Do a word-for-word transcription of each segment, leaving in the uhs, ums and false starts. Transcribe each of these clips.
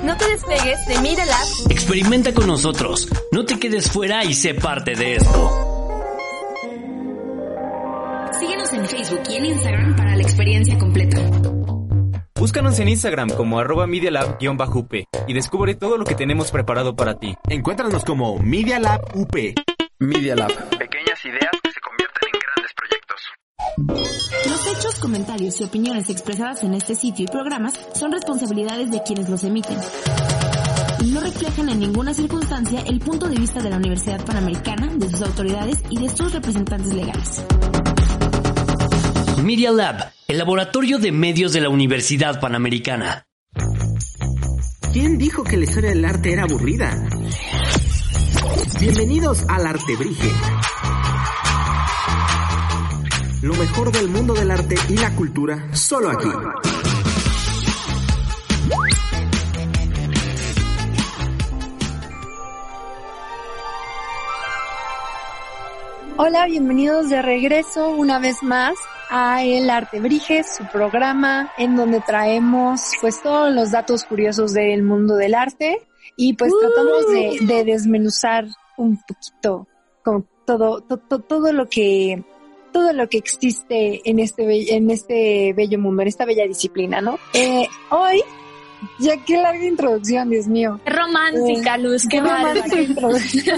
No te despegues de Media Lab. Experimenta con nosotros. No te quedes fuera y sé parte de esto. Síguenos en Facebook y en Instagram para la experiencia completa. Búscanos en Instagram como arroba medialab-up y descubre todo lo que tenemos preparado para ti. Encuéntranos como Media Lab U P. Media Lab. Pequeñas ideas que se convierten en grandes proyectos. Los hechos, comentarios y opiniones expresadas en este sitio y programas son responsabilidades de quienes los emiten. No reflejan en ninguna circunstancia el punto de vista de la Universidad Panamericana, de sus autoridades y de sus representantes legales. Media Lab, el laboratorio de medios de la Universidad Panamericana. ¿Quién dijo que la historia del arte era aburrida? Bienvenidos al Artebrige. Lo mejor del mundo del arte y la cultura, solo aquí. Hola, bienvenidos de regreso una vez más a El Artebrige, su programa en donde traemos pues todos los datos curiosos del mundo del arte y pues uh. tratamos de, de desmenuzar un poquito con todo, to, to, todo lo que todo lo que existe en este be- en este bello mundo, en esta bella disciplina, ¿no? Eh, hoy, ya qué larga introducción, Dios mío. Qué romántica, eh, Luz, qué, qué romántica introducción.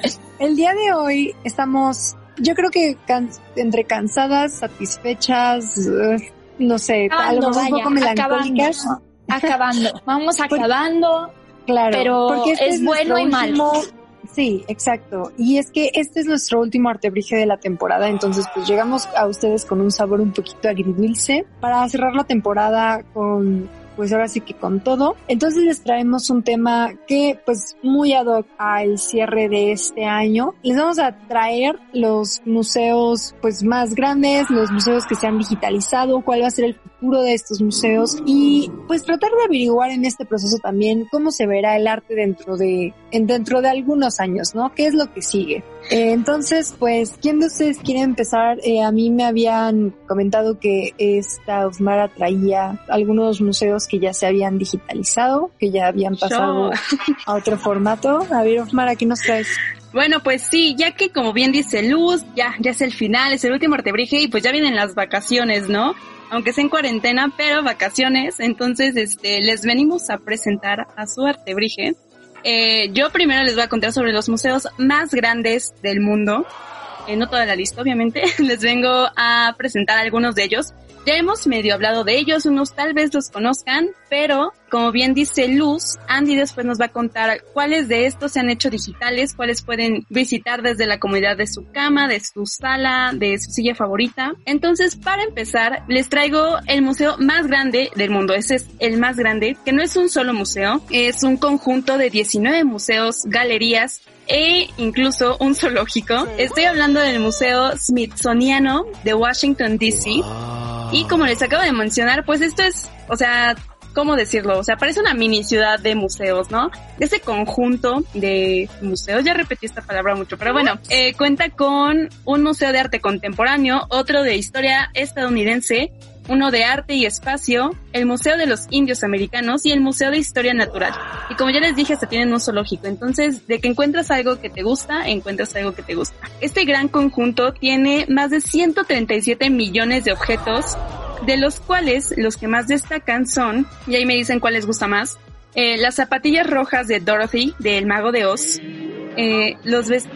El día de hoy estamos, yo creo que can- entre cansadas, satisfechas, uh, no sé, acabando, a lo mejor un poco melancólicas. Acabando, acabando. vamos acabando, claro, pero porque este es, es bueno y malo. Sí, exacto. Y es que este es nuestro último Artebrige de la temporada, entonces pues llegamos a ustedes con un sabor un poquito agridulce para cerrar la temporada con, pues ahora sí que con todo. Entonces les traemos un tema que pues muy ad hoc al cierre de este año. Les vamos a traer los museos pues más grandes, los museos que se han digitalizado, cuál va a ser el futuro de estos museos y pues tratar de averiguar en este proceso también cómo se verá el arte dentro de en dentro de algunos años, ¿no? ¿Qué es lo que sigue? Eh, entonces, pues, ¿quién de ustedes quiere empezar? Eh, a mí me habían comentado que esta Osmara traía algunos museos que ya se habían digitalizado, que ya habían pasado Yo. a otro formato. A ver, Osmara, ¿qué nos traes? Bueno, pues sí, ya que como bien dice Luz, ya, ya es el final, es el último Artebrige y pues ya vienen las vacaciones, ¿no? Aunque sea en cuarentena, pero vacaciones, entonces este les venimos a presentar a su Artebrige. Eh, yo primero les voy a contar sobre los museos más grandes del mundo. Eh, no toda la lista, obviamente. Les vengo a presentar algunos de ellos. Ya hemos medio hablado de ellos, unos tal vez los conozcan, pero como bien dice Luz, Andy después nos va a contar cuáles de estos se han hecho digitales, cuáles pueden visitar desde la comodidad de su cama, de su sala, de su silla favorita. Entonces, para empezar, les traigo el museo más grande del mundo. Ese es el más grande, que no es un solo museo, es un conjunto de diecinueve museos, galerías e incluso un zoológico. Estoy hablando del Museo Smithsoniano de Washington, D C Y como les acabo de mencionar, pues esto es, o sea, ¿cómo decirlo? O sea, parece una mini ciudad de museos, ¿no? Ese conjunto de museos, ya repetí esta palabra mucho, pero bueno, eh, cuenta con un museo de arte contemporáneo, otro de historia estadounidense, uno de arte y espacio, el Museo de los Indios Americanos y el Museo de Historia Natural. Y como ya les dije, hasta tienen un zoológico. Entonces, de que encuentras algo que te gusta, encuentras algo que te gusta. Este gran conjunto tiene más de ciento treinta y siete millones de objetos, de los cuales los que más destacan son, y ahí me dicen cuál les gusta más, eh, las zapatillas rojas de Dorothy, de El Mago de Oz, eh, los vest...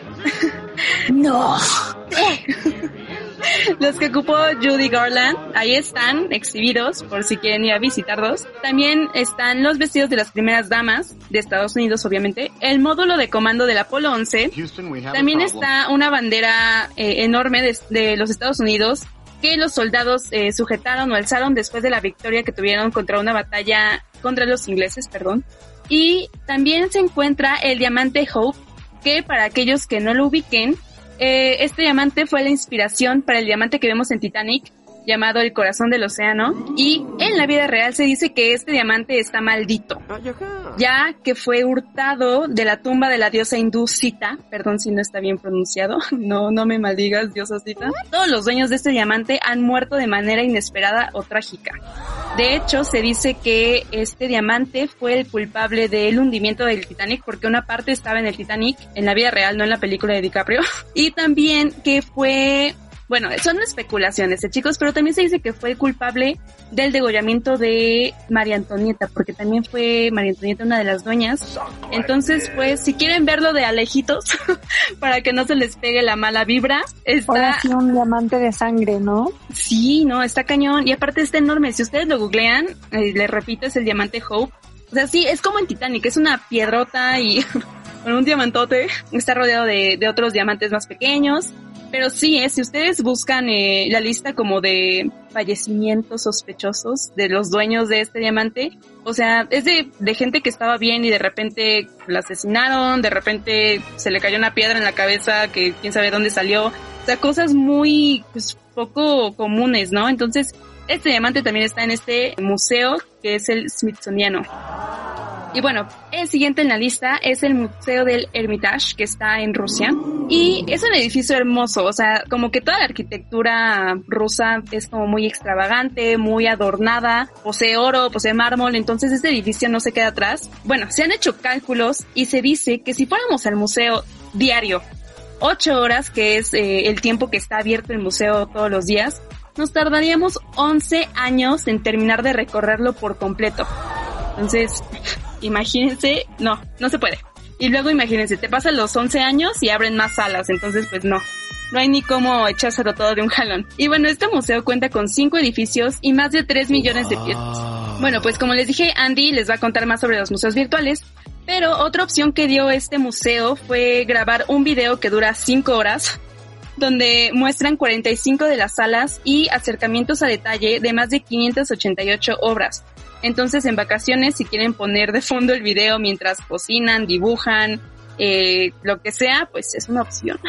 ¡No! Los que ocupó Judy Garland, ahí están exhibidos por si quieren ir a visitarlos. También están los vestidos de las primeras damas de Estados Unidos, obviamente. El módulo de comando del Apolo once. También está una bandera eh, enorme de, de los Estados Unidos que los soldados eh, sujetaron o alzaron después de la victoria que tuvieron contra una batalla contra los ingleses, perdón. Y también se encuentra el diamante Hope, que para aquellos que no lo ubiquen, Eh, este diamante fue la inspiración para el diamante que vemos en Titanic, llamado el corazón del océano, y en la vida real se dice que este diamante está maldito, ya que fue hurtado de la tumba de la diosa hindú Sita, perdón si no está bien pronunciado, no, no me maldigas, diosa Sita. Todos los dueños de este diamante han muerto de manera inesperada o trágica. De hecho, se dice que este diamante fue el culpable del hundimiento del Titanic, porque una parte estaba en el Titanic, en la vida real, no en la película de DiCaprio, y también que fue... Bueno, son especulaciones, ¿eh, chicos? Pero también se dice que fue culpable del degollamiento de María Antonieta, porque también fue María Antonieta una de las dueñas. Entonces, pues, si quieren verlo de alejitos, para que no se les pegue la mala vibra, está... Ahora sí, un diamante de sangre, ¿no? Sí, no, está cañón. Y aparte está enorme. Si ustedes lo googlean, eh, les repito, es el diamante Hope. O sea, sí, es como en Titanic, es una piedrota y con un diamantote. Está rodeado de, de otros diamantes más pequeños. Pero sí, eh, si ustedes buscan eh, la lista como de fallecimientos sospechosos de los dueños de este diamante, o sea, es de, de gente que estaba bien y de repente la asesinaron, de repente se le cayó una piedra en la cabeza que quién sabe dónde salió, o sea, cosas muy, pues, poco comunes, ¿no? Entonces, este diamante también está en este museo que es el Smithsoniano. Y bueno, el siguiente en la lista es el Museo del Hermitage, que está en Rusia. Y es un edificio hermoso, o sea, como que toda la arquitectura rusa es como muy extravagante, muy adornada, posee oro, posee mármol, entonces este edificio no se queda atrás. Bueno, se han hecho cálculos y se dice que si fuéramos al museo diario, ocho horas, que es eh, el tiempo que está abierto el museo todos los días, nos tardaríamos once años en terminar de recorrerlo por completo. Entonces, imagínense, no, no se puede. Y luego imagínense, te pasan los once años y abren más salas, entonces pues no, no hay ni cómo echárselo todo de un jalón. Y bueno, este museo cuenta con cinco edificios y más de tres millones de piezas. Bueno, pues como les dije, Andy les va a contar más sobre los museos virtuales, pero otra opción que dio este museo fue grabar un video que dura cinco horas, donde muestran cuarenta y cinco de las salas y acercamientos a detalle de más de quinientas ochenta y ocho obras. Entonces, en vacaciones, si quieren poner de fondo el video mientras cocinan, dibujan, eh, lo que sea, pues es una opción.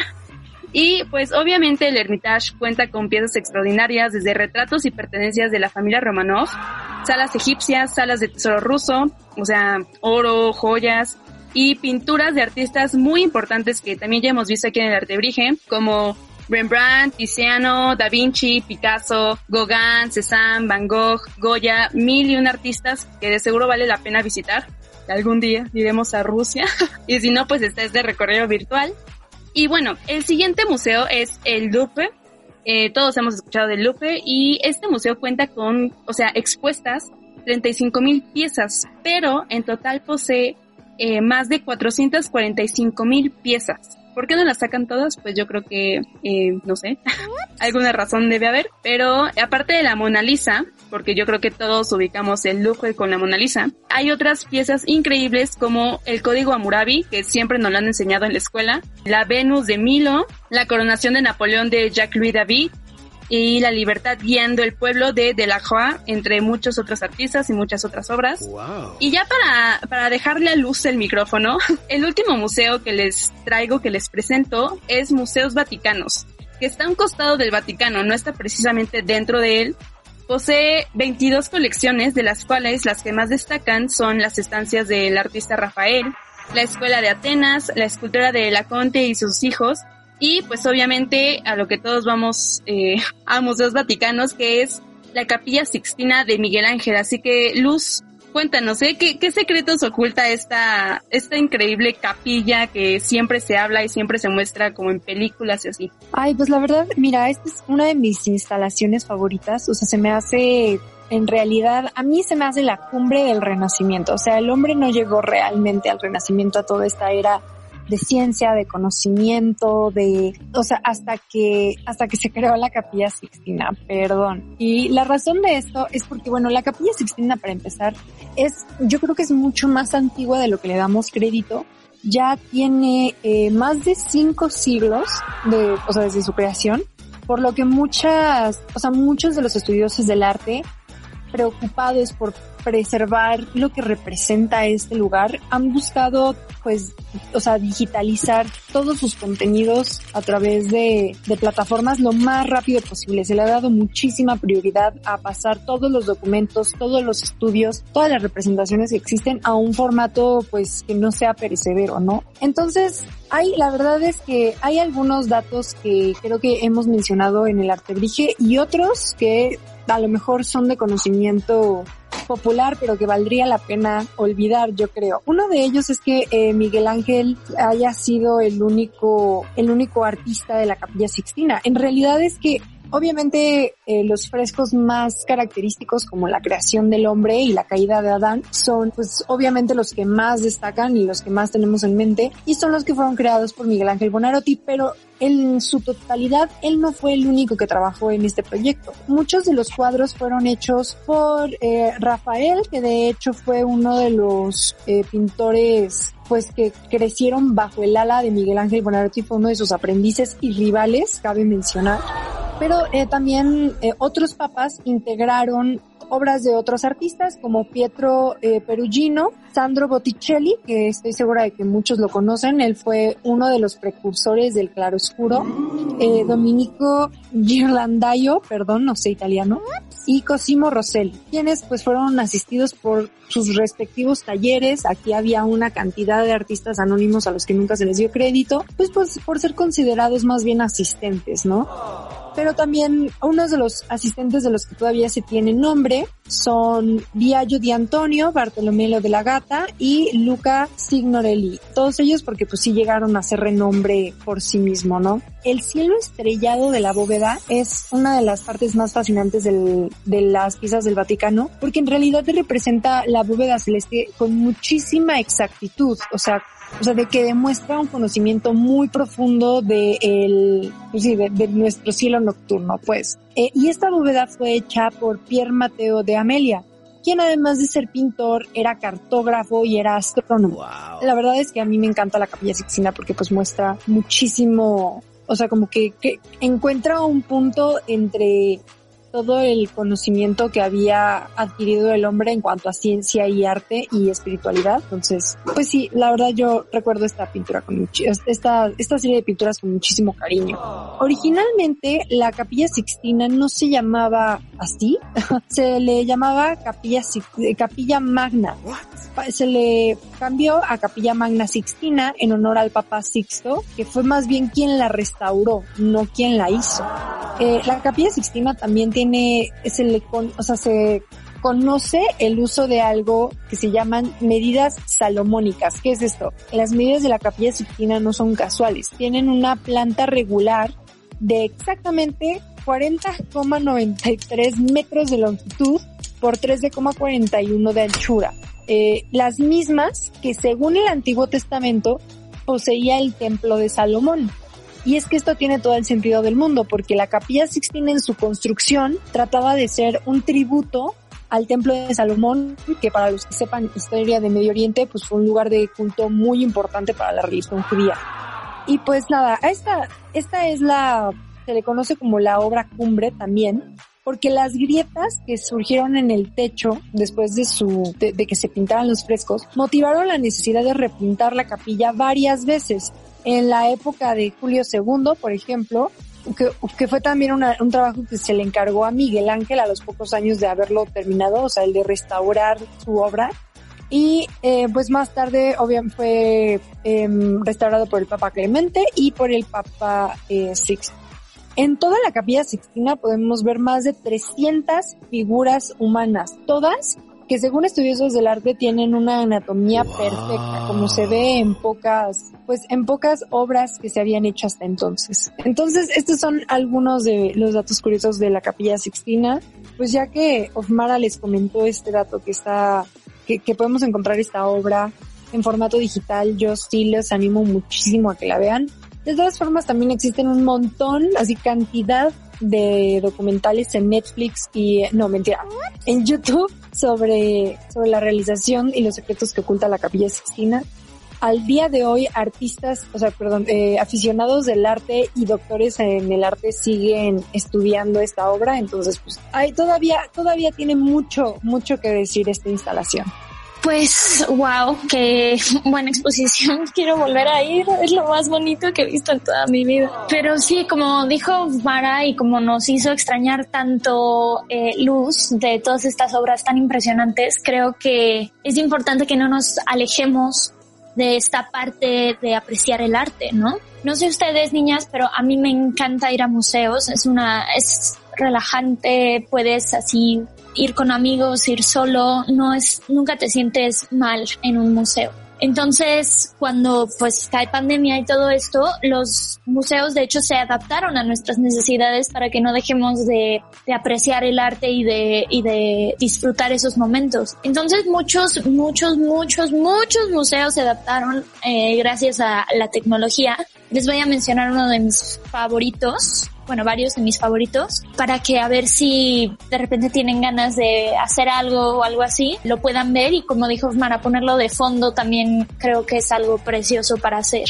Y pues obviamente el Hermitage cuenta con piezas extraordinarias, desde retratos y pertenencias de la familia Romanov, salas egipcias, salas de tesoro ruso, o sea, oro, joyas, y pinturas de artistas muy importantes que también ya hemos visto aquí en el Artebrige, como Rembrandt, Tiziano, Da Vinci, Picasso, Gauguin, Cézanne, Van Gogh, Goya, mil y un artistas que de seguro vale la pena visitar. Algún día iremos a Rusia y si no, pues está este recorrido virtual. Y bueno, el siguiente museo es el Louvre. Eh, todos hemos escuchado del Louvre y este museo cuenta con, o sea, expuestas treinta y cinco mil piezas, pero en total posee eh, más de cuatrocientas cuarenta y cinco mil piezas. ¿Por qué no las sacan todas? Pues yo creo que, eh, no sé, alguna razón debe haber. Pero aparte de la Mona Lisa, porque yo creo que todos ubicamos el Louvre con la Mona Lisa, hay otras piezas increíbles como el Código Hammurabi, que siempre nos lo han enseñado en la escuela, la Venus de Milo, la Coronación de Napoleón de Jacques-Louis David, y La Libertad guiando el pueblo de Delacroix, entre muchos otros artistas y muchas otras obras. Wow. Y ya para, para dejarle a luz el micrófono, el último museo que les traigo, que les presento, es Museos Vaticanos, que está a un costado del Vaticano, no está precisamente dentro de él. Posee veintidós colecciones, de las cuales las que más destacan son las estancias del artista Rafael, la Escuela de Atenas, la escultura de Laconte y sus hijos, y pues obviamente a lo que todos vamos eh, a Museos Vaticanos, que es la Capilla Sixtina de Miguel Ángel. Así que, Luz, cuéntanos, ¿eh? ¿Qué, qué secretos oculta esta, esta increíble capilla que siempre se habla y siempre se muestra como en películas y así? Ay, pues la verdad, mira, esta es una de mis instalaciones favoritas. O sea, se me hace, en realidad, a mí se me hace la cumbre del Renacimiento. O sea, el hombre no llegó realmente al Renacimiento, a toda esta era de ciencia, de conocimiento, de, o sea, hasta que, hasta que se creó la Capilla Sixtina, perdón. Y la razón de esto es porque, bueno, la Capilla Sixtina, para empezar, es, yo creo que es mucho más antigua de lo que le damos crédito. Ya tiene eh, más de cinco siglos de, o sea, desde su creación, por lo que muchas, o sea, muchos de los estudiosos del arte, preocupados por preservar lo que representa este lugar, han buscado, pues, o sea, digitalizar todos sus contenidos a través de, de plataformas lo más rápido posible. Se le ha dado muchísima prioridad a pasar todos los documentos, todos los estudios, todas las representaciones que existen a un formato, pues, que no sea perecedero, ¿no? Entonces, hay, la verdad es que hay algunos datos que creo que hemos mencionado en el Artebrige y otros que a lo mejor son de conocimiento popular, pero que valdría la pena olvidar, yo creo. Uno de ellos es que eh, Miguel Ángel haya sido el único, el único artista de la Capilla Sixtina. En realidad es que obviamente eh, los frescos más característicos como la creación del hombre y la caída de Adán son pues obviamente los que más destacan y los que más tenemos en mente y son los que fueron creados por Miguel Ángel Buonarroti, pero en su totalidad él no fue el único que trabajó en este proyecto. Muchos de los cuadros fueron hechos por eh, Rafael, que de hecho fue uno de los eh, pintores pues que crecieron bajo el ala de Miguel Ángel Buonarroti, fue uno de sus aprendices y rivales, cabe mencionar. Pero eh, también eh, otros papas integraron obras de otros artistas como Pietro eh, Perugino, Sandro Botticelli, que estoy segura de que muchos lo conocen, él fue uno de los precursores del claroscuro, eh, Domenico Ghirlandaio, perdón, no sé italiano, y Cosimo Rosselli, quienes pues fueron asistidos por sus respectivos talleres. Aquí había una cantidad de artistas anónimos a los que nunca se les dio crédito, pues, pues por ser considerados más bien asistentes, ¿no? Pero también unos de los asistentes de los que todavía se tiene nombre son Biagio di Antonio, Bartolomeo de la Gata y Luca Signorelli. Todos ellos porque pues sí llegaron a hacer renombre por sí mismo, ¿no? El cielo estrellado de la bóveda es una de las partes más fascinantes del, de las piezas del Vaticano, porque en realidad representa la bóveda celeste con muchísima exactitud, o sea, O sea, de que demuestra un conocimiento muy profundo de el, pues sí, de, de nuestro cielo nocturno, pues. Eh, y esta bóveda fue hecha por Pier Matteo de Amelia, quien además de ser pintor, era cartógrafo y era astrónomo. Wow. La verdad es que a mí me encanta la Capilla Sixtina porque pues muestra muchísimo, o sea, como que, que encuentra un punto entre todo el conocimiento que había adquirido el hombre en cuanto a ciencia y arte y espiritualidad. Entonces, pues sí, la verdad yo recuerdo esta pintura con much- esta, esta serie de pinturas con muchísimo cariño. Originalmente, la Capilla Sixtina no se llamaba así, se le llamaba Capilla, Capilla Magna. Se le cambió a Capilla Magna Sixtina en honor al Papa Sixto, que fue más bien quien la restauró, no quien la hizo. Eh, la Capilla Sixtina también tiene, se le con, o sea, se conoce el uso de algo que se llaman medidas salomónicas. ¿Qué es esto? Las medidas de la Capilla Sixtina no son casuales, tienen una planta regular de exactamente cuarenta coma noventa y tres metros de longitud por trece coma cuarenta y uno de anchura. Eh, las mismas que según el Antiguo Testamento poseía el Templo de Salomón. Y es que esto tiene todo el sentido del mundo, porque la Capilla Sixtina en su construcción trataba de ser un tributo al Templo de Salomón, que para los que sepan historia de Medio Oriente, pues fue un lugar de culto muy importante para la religión judía. Y pues nada, esta, esta es la, se le conoce como la obra cumbre también, porque las grietas que surgieron en el techo después de su, de, de que se pintaran los frescos, motivaron la necesidad de repintar la capilla varias veces. En la época de Julio segundo, por ejemplo, que, que fue también una, un trabajo que se le encargó a Miguel Ángel a los pocos años de haberlo terminado, o sea, el de restaurar su obra. Y eh, pues más tarde, obviamente, fue eh, restaurado por el Papa Clemente y por el Papa eh, Sixto. En toda la Capilla Sixtina podemos ver más de trescientas figuras humanas, todas que según estudiosos del arte tienen una anatomía wow. perfecta, como se ve en pocas, pues en pocas obras que se habían hecho hasta entonces. Entonces, estos son algunos de los datos curiosos de la Capilla Sixtina. Pues ya que Ofmara les comentó este dato que está, que, que podemos encontrar esta obra en formato digital, yo sí les animo muchísimo a que la vean. De todas formas, también existen un montón, así cantidad de documentales en Netflix y, no, mentira, en YouTube sobre, sobre la realización y los secretos que oculta la Capilla Sixtina. al día de hoy artistas, o sea, perdón, eh, aficionados del arte y doctores en el arte siguen estudiando esta obra, entonces pues hay todavía, todavía tiene mucho, mucho que decir esta instalación. Pues, wow, qué buena exposición. Quiero volver a ir. Es lo más bonito que he visto en toda mi vida. Pero sí, como dijo Mara y como nos hizo extrañar tanto eh, Luz de todas estas obras tan impresionantes, creo que es importante que no nos alejemos de esta parte de apreciar el arte, ¿no? No sé ustedes, niñas, pero a mí me encanta ir a museos. Es una, es relajante, puedes así ir con amigos, ir solo, no es, nunca te sientes mal en un museo. Entonces, cuando pues cae pandemia y todo esto, los museos de hecho se adaptaron a nuestras necesidades para que no dejemos de, de apreciar el arte y de, y de disfrutar esos momentos. Entonces, muchos, muchos, muchos, muchos museos se adaptaron eh, gracias a la tecnología. Les voy a mencionar uno de mis favoritos. Bueno, varios de mis favoritos, para que a ver si de repente tienen ganas de hacer algo o algo así, lo puedan ver y como dijo Mara, ponerlo de fondo también creo que es algo precioso para hacer.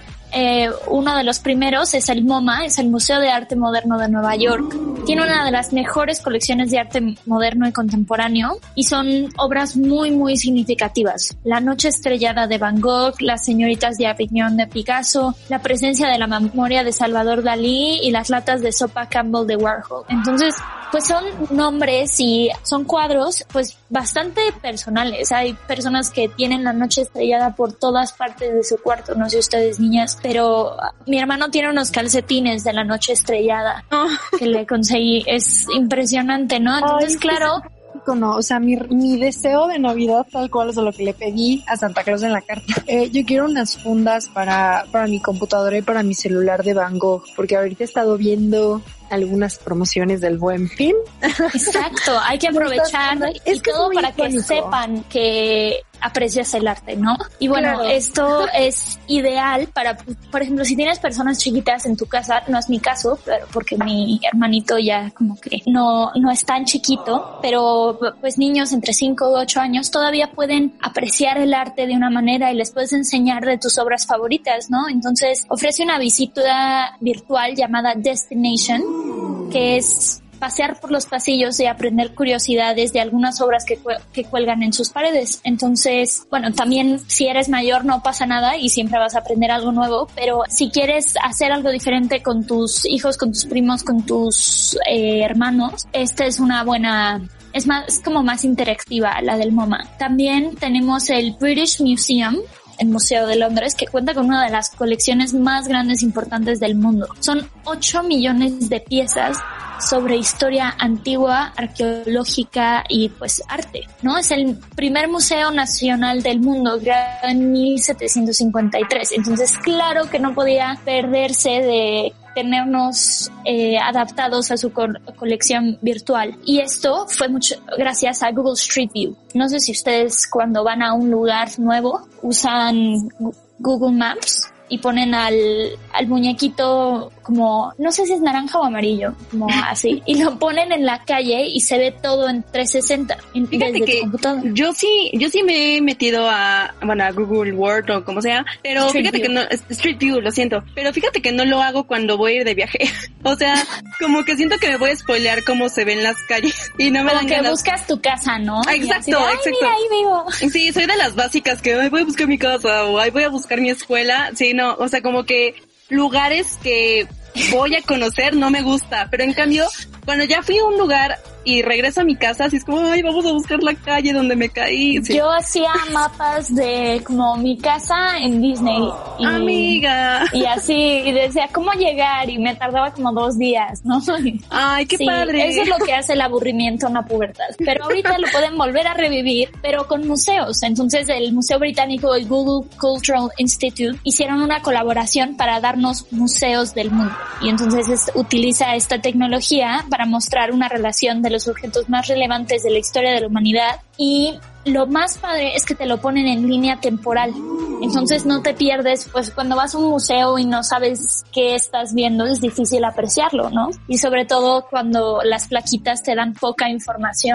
Eh, uno de los primeros es el MoMA, es el Museo de Arte Moderno de Nueva York. Tiene una de las mejores colecciones de arte moderno y contemporáneo y son obras muy muy significativas. La Noche Estrellada de Van Gogh, Las Señoritas de Avignon de Picasso, la presencia de la memoria de Salvador Dalí y las latas de sopa Campbell de Warhol. Entonces, pues son nombres y son cuadros pues bastante personales. Hay personas que tienen la Noche Estrellada por todas partes de su cuarto, no sé ustedes, niñas, pero mi hermano tiene unos calcetines de la Noche Estrellada oh. que le conseguí. Es impresionante, ¿no? Entonces, Ay, claro... No, o sea, mi, mi deseo de Navidad tal cual es lo que le pedí a Santa Claus en la carta. Eh, yo quiero unas fundas para, para mi computadora y para mi celular de Van Gogh, porque ahorita he estado viendo algunas promociones del Buen Fin. Exacto, hay que aprovechar es y que todo para icónico. Que sepan que aprecias el arte, ¿no? Y bueno, claro. Esto es ideal para, por ejemplo, si tienes personas chiquitas en tu casa, no es mi caso, pero porque mi hermanito ya como que no, no es tan chiquito, pero pues niños entre cinco y ocho años todavía pueden apreciar el arte de una manera y les puedes enseñar de tus obras favoritas, ¿no? Entonces ofrece una visita virtual llamada Destination, que es pasear por los pasillos y aprender curiosidades de algunas obras que, que cuelgan en sus paredes. Entonces, bueno, también si eres mayor no pasa nada y siempre vas a aprender algo nuevo, pero si quieres hacer algo diferente con tus hijos, con tus primos, con tus eh, hermanos, esta es una buena... Es más, es como más interactiva la del MoMA. También tenemos el British Museum, el Museo de Londres, que cuenta con una de las colecciones más grandes e importantes del mundo. Son ocho millones de piezas sobre historia antigua, arqueológica y pues arte, ¿no? Es el primer museo nacional del mundo, creado en mil setecientos cincuenta y tres. Entonces, claro que no podía perderse de tenernos eh, adaptados a su co- colección virtual. Y esto fue mucho gracias a Google Street View. No sé si ustedes cuando van a un lugar nuevo usan Google Maps y ponen al, al muñequito como, no sé si es naranja o amarillo, como así, y lo ponen en la calle y se ve todo en trescientos sesenta en, Fíjate que yo sí, yo sí me he metido a, bueno, a Google World o como sea, pero Street fíjate View. que no, Street View, lo siento, pero fíjate que no lo hago cuando voy a ir de viaje. O sea, como que siento que me voy a spoilear cómo se ven las calles y no me como dan que ganas. buscas tu casa, ¿no? Ah, exacto, de, exacto. Mira, ahí vivo. Sí, soy de las básicas que ay, voy a buscar mi casa o ay, voy a buscar mi escuela. Sí, no, o sea, como que lugares que voy a conocer no me gusta, pero en cambio, cuando ya fui a un lugar y regreso a mi casa, así es como, ay, vamos a buscar la calle donde me caí. Sí. Yo hacía mapas de como mi casa en Disney. Y, Amiga. Y así, y decía cómo llegar y me tardaba como dos días, ¿no? Ay, qué sí, padre. Eso es lo que hace el aburrimiento en la pubertad. Pero ahorita lo pueden volver a revivir, pero con museos. Entonces el Museo Británico y Google Cultural Institute hicieron una colaboración para darnos museos del mundo. Y entonces es, utiliza esta tecnología para mostrar una relación de los objetos más relevantes de la historia de la humanidad y lo más padre es que te lo ponen en línea temporal. Entonces no te pierdes, pues cuando vas a un museo y no sabes qué estás viendo es difícil apreciarlo, ¿no? Y sobre todo cuando las plaquitas te dan poca información.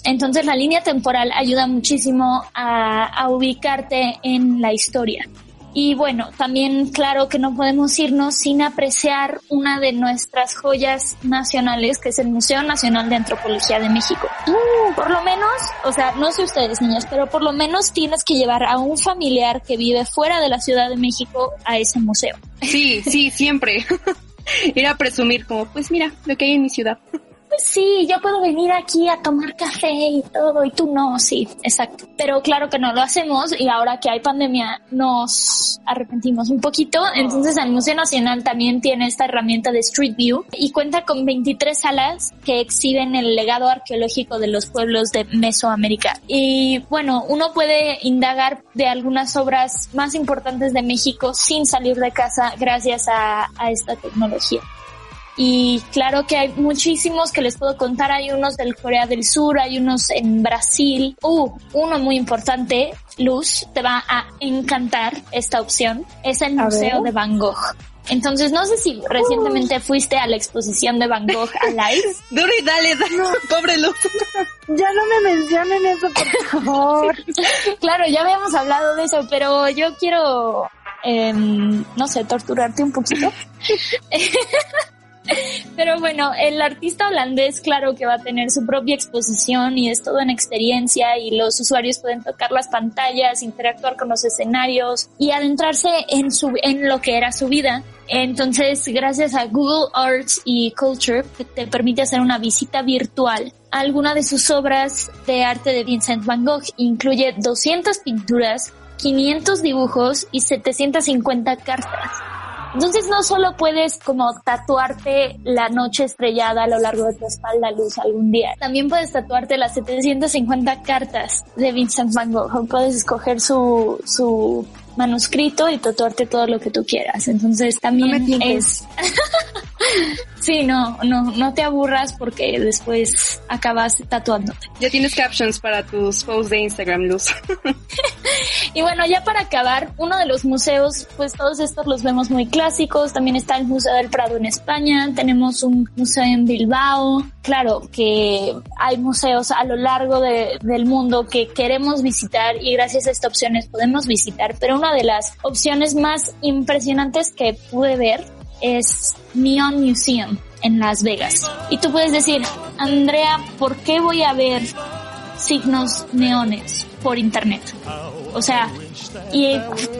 Entonces la línea temporal ayuda muchísimo a, a ubicarte en la historia. Y bueno, también claro que no podemos irnos sin apreciar una de nuestras joyas nacionales, que es el Museo Nacional de Antropología de México. Uh, por lo menos, o sea, no sé ustedes, niños, pero por lo menos tienes que llevar a un familiar que vive fuera de la Ciudad de México a ese museo. Sí, sí, siempre. Ir a presumir como, pues mira, lo que hay en mi ciudad. Pues sí, yo puedo venir aquí a tomar café y todo, y tú no, sí, exacto. Pero claro que no lo hacemos, y ahora que hay pandemia nos arrepentimos un poquito. Entonces el Museo Nacional también tiene esta herramienta de Street View y cuenta con veintitrés salas que exhiben el legado arqueológico de los pueblos de Mesoamérica. Y bueno, uno puede indagar de algunas obras más importantes de México sin salir de casa gracias a, a esta tecnología. Y claro que hay muchísimos que les puedo contar. Hay unos del Corea del Sur, hay unos en Brasil. Uh, uno muy importante, Luz, te va a encantar esta opción. Es el Museo de Van Gogh. Entonces, no sé si recientemente uh. fuiste a la exposición de Van Gogh Alive. Duri, dale, dale, no. Pobre Luz. Ya no me mencionen eso, por favor. Claro, ya habíamos hablado de eso, pero yo quiero, eh, no sé, torturarte un poquito. Pero bueno, el artista holandés, claro que va a tener su propia exposición y es todo en experiencia, y los usuarios pueden tocar las pantallas, interactuar con los escenarios y adentrarse en su en lo que era su vida. Entonces, gracias a Google Arts y Culture, que te permite hacer una visita virtual a alguna de sus obras de arte de Vincent Van Gogh. Incluye doscientas pinturas, quinientos dibujos y setecientas cincuenta cartas. Entonces no solo puedes como tatuarte la noche estrellada a lo largo de tu espalda, Luz, algún día. También puedes tatuarte las setecientas cincuenta cartas de Vincent Van Gogh. Puedes escoger su su manuscrito y tatuarte todo lo que tú quieras. Entonces también no es... Sí, no, no, no te aburras porque después acabas tatuándote. Ya tienes captions para tus posts de Instagram, Luz. Y bueno, ya para acabar, uno de los museos, pues todos estos los vemos muy clásicos. También está el Museo del Prado en España, tenemos un museo en Bilbao. Claro que hay museos a lo largo de, del mundo que queremos visitar y gracias a estas opciones podemos visitar, pero una de las opciones más impresionantes que pude ver es Neon Museum en Las Vegas. Y tú puedes decir, Andrea, ¿por qué voy a ver signos neones por internet? O sea, y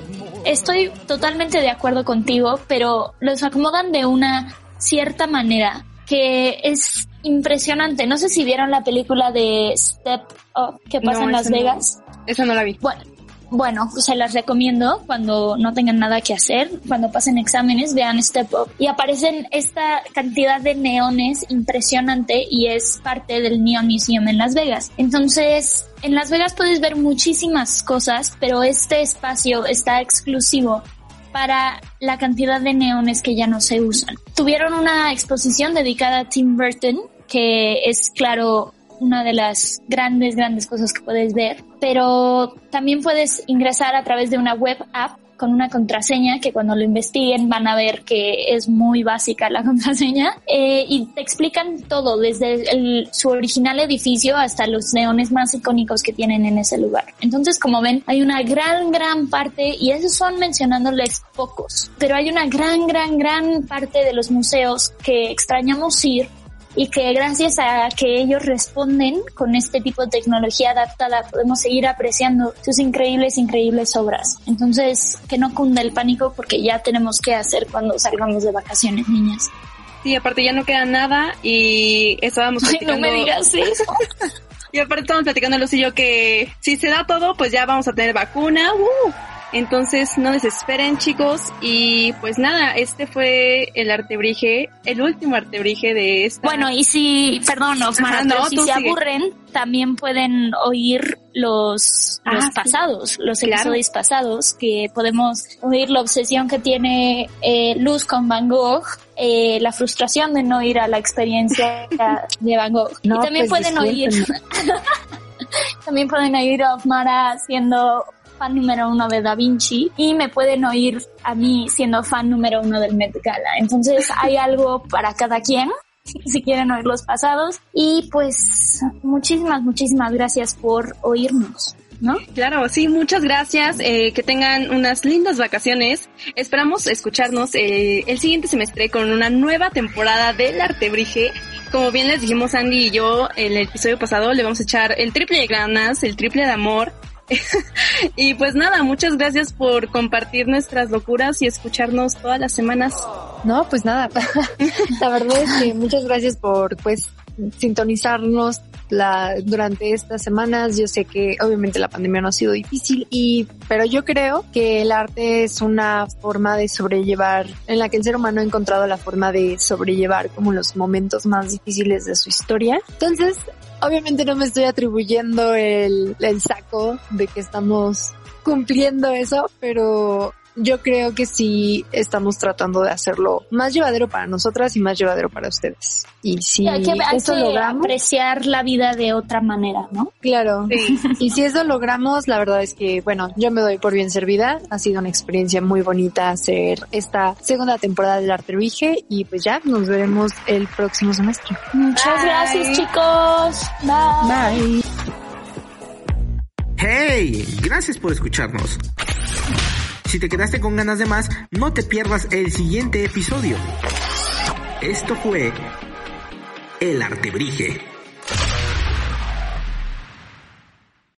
estoy totalmente de acuerdo contigo, pero los acomodan de una cierta manera que es impresionante. No sé si vieron la película de Step Up que pasa no, en Las Vegas. No, esa no la vi. Bueno. Bueno, pues se las recomiendo cuando no tengan nada que hacer, cuando pasen exámenes, vean Step Up. Y aparecen esta cantidad de neones impresionante y es parte del Neon Museum en Las Vegas. Entonces, en Las Vegas puedes ver muchísimas cosas, pero este espacio está exclusivo para la cantidad de neones que ya no se usan. Tuvieron una exposición dedicada a Tim Burton, que es, claro, una de las grandes, grandes cosas que puedes ver, pero también puedes ingresar a través de una web app con una contraseña que cuando lo investiguen van a ver que es muy básica la contraseña, eh, y te explican todo, desde el, su original edificio hasta los neones más icónicos que tienen en ese lugar. Entonces, como ven, hay una gran, gran parte, y esos son mencionándoles pocos, pero hay una gran, gran, gran parte de los museos que extrañamos ir, y que gracias a que ellos responden con este tipo de tecnología adaptada podemos seguir apreciando sus increíbles, increíbles obras. Entonces, que no cunda el pánico porque ya tenemos que hacer cuando salgamos de vacaciones, niñas. Sí, aparte ya no queda nada y estábamos platicando... Ay, no me digas eso. Y aparte estamos platicando Luz y yo que si se da todo, pues ya vamos a tener vacuna. ¡Uh! Entonces no desesperen, chicos, y pues nada, este fue el Artebrige, el último Artebrige de esta... Bueno, y si, perdón, Osmara, Ajá, no, pero si se sigue. aburren, también pueden oír los, ah, los pasados, sí. los episodios claro. pasados, que podemos oír la obsesión que tiene eh, Luz con Van Gogh, eh, la frustración de no ir a la experiencia de Van Gogh. No, y también pues, pueden oír, también pueden oír a Osmara siendo fan número uno de Da Vinci, y me pueden oír a mí siendo fan número uno del Met Gala. Entonces hay algo para cada quien, si quieren oír los pasados. Y pues muchísimas, muchísimas gracias por oírnos, ¿no? Claro, sí, muchas gracias, eh, que tengan unas lindas vacaciones. Esperamos escucharnos eh, el siguiente semestre con una nueva temporada del Artebrige. Como bien les dijimos Andy y yo en el episodio pasado, le vamos a echar el triple de ganas, el triple de amor. Y pues nada, muchas gracias por compartir nuestras locuras y escucharnos todas las semanas. No, pues nada, la verdad es que muchas gracias por pues sintonizarnos la, durante estas semanas. Yo sé que obviamente la pandemia no ha sido difícil, y pero yo creo que el arte es una forma de sobrellevar, en la que el ser humano ha encontrado la forma de sobrellevar como los momentos más difíciles de su historia. Entonces, obviamente no me estoy atribuyendo el, el saco de que estamos cumpliendo eso, pero yo creo que sí estamos tratando de hacerlo más llevadero para nosotras y más llevadero para ustedes. Y si hay que, hay eso que logramos, apreciar la vida de otra manera, ¿no? Claro. Sí. Y si eso logramos, la verdad es que, bueno, yo me doy por bien servida. Ha sido una experiencia muy bonita hacer esta segunda temporada del Artebrige, y pues ya nos veremos el próximo semestre. Muchas Bye. gracias, chicos. Bye. Bye. ¡Hey! Gracias por escucharnos. Si te quedaste con ganas de más, no te pierdas el siguiente episodio. Esto fue El Artebrige.